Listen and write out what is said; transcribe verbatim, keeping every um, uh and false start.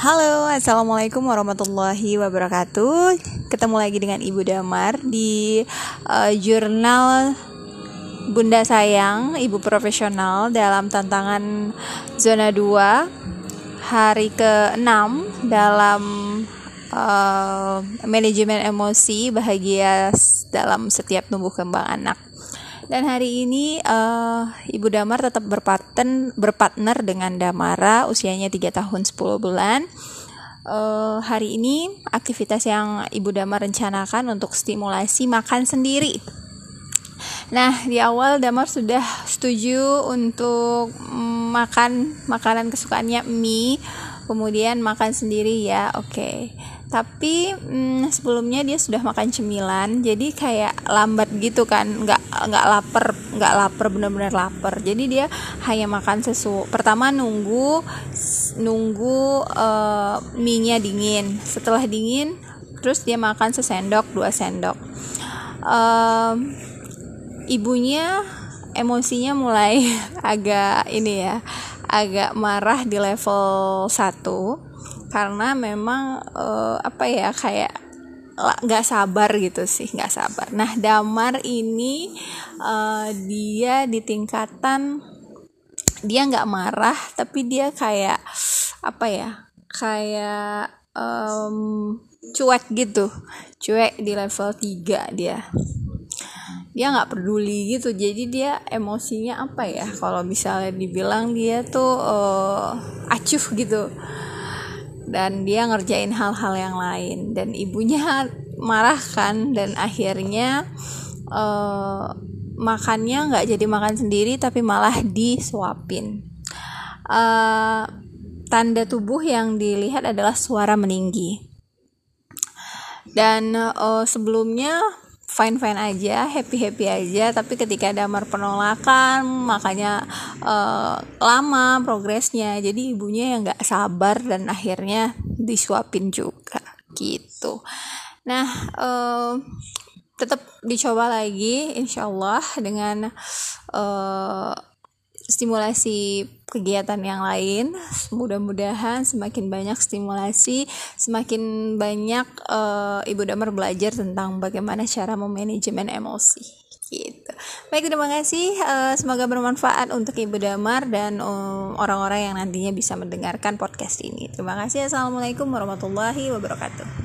Halo, assalamualaikum warahmatullahi wabarakatuh. Ketemu lagi dengan Ibu Damar di uh, jurnal Bunda Sayang, Ibu Profesional dalam tantangan zona dua hari keenam dalam uh, manajemen emosi bahagia dalam setiap tumbuh kembang anak. Dan hari ini uh, Ibu Damar tetap berpartner, berpartner dengan Damara, usianya tiga tahun sepuluh bulan. Uh, hari ini aktivitas yang Ibu Damar rencanakan untuk stimulasi makan sendiri. Nah, di awal Damar sudah setuju untuk makan makanan kesukaannya mie, kemudian makan sendiri ya, oke. Okay. Tapi hmm, sebelumnya dia sudah makan cemilan, jadi kayak lambat gitu kan, nggak nggak lapar, nggak lapar benar-benar lapar. Jadi dia hanya makan sesu. Pertama nunggu nunggu uh, mie-nya dingin. Setelah dingin, terus dia makan sesendok, dua sendok. Uh, ibunya emosinya mulai agak ini ya, agak marah di level satu. Karena memang uh, apa ya kayak nggak sabar gitu sih, nggak sabar. Nah, Damar ini uh, dia di tingkatan dia nggak marah, tapi dia kayak apa ya, kayak um, cuek gitu, cuek di level tiga dia. Dia nggak peduli gitu, jadi dia emosinya apa ya? Kalau misalnya dibilang dia tuh uh, acuh gitu. Dan dia ngerjain hal-hal yang lain, dan ibunya marah kan, dan akhirnya uh, makannya nggak jadi makan sendiri tapi malah disuapin. Uh, tanda tubuh yang dilihat adalah suara meninggi, dan uh, sebelumnya fine-fine aja, happy-happy aja, tapi ketika Damar penolakan makanya uh, lama progresnya, jadi ibunya yang gak sabar dan akhirnya disuapin juga gitu. Nah, uh, tetap dicoba lagi insyaallah dengan uh, stimulasi kegiatan yang lain. Mudah-mudahan semakin banyak stimulasi, semakin banyak uh, Ibu Damar belajar tentang bagaimana cara memanajemen emosi gitu. Baik, terima kasih, uh, semoga bermanfaat untuk Ibu Damar dan uh, orang-orang yang nantinya bisa mendengarkan podcast ini. Terima kasih. Assalamualaikum warahmatullahi wabarakatuh.